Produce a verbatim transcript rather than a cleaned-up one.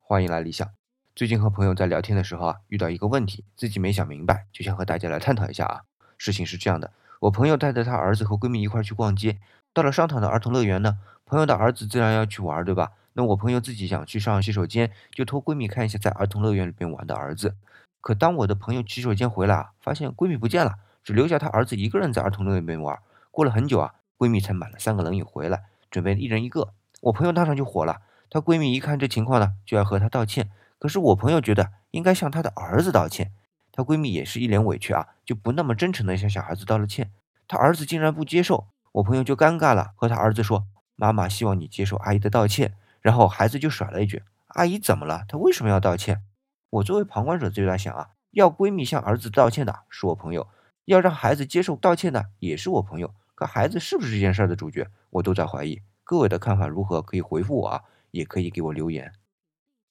欢迎来理想。最近和朋友在聊天的时候啊，遇到一个问题，自己没想明白，就想和大家来探讨一下啊。事情是这样的，我朋友带着她儿子和闺蜜一块儿去逛街，到了商场的儿童乐园呢，朋友的儿子自然要去玩儿，对吧？那我朋友自己想去上洗手间，就托闺蜜看一下在儿童乐园里边玩的儿子。可当我的朋友洗手间回来啊，发现闺蜜不见了，只留下她儿子一个人在儿童乐园里面玩。过了很久啊，闺蜜才买了三个冷饮回来，准备一人一个。我朋友当场就火了，她闺蜜一看这情况呢，就要和她道歉。可是我朋友觉得应该向她的儿子道歉，她闺蜜也是一脸委屈啊，就不那么真诚的向小孩子道了歉。她儿子竟然不接受，我朋友就尴尬了，和她儿子说：“妈妈希望你接受阿姨的道歉。”然后孩子就甩了一句：“阿姨怎么了？她为什么要道歉？”我作为旁观者就在想啊，要闺蜜向儿子道歉的是我朋友，要让孩子接受道歉的也是我朋友。可孩子是不是这件事儿的主角，我都在怀疑。各位的看法如何？可以回复我啊，也可以给我留言。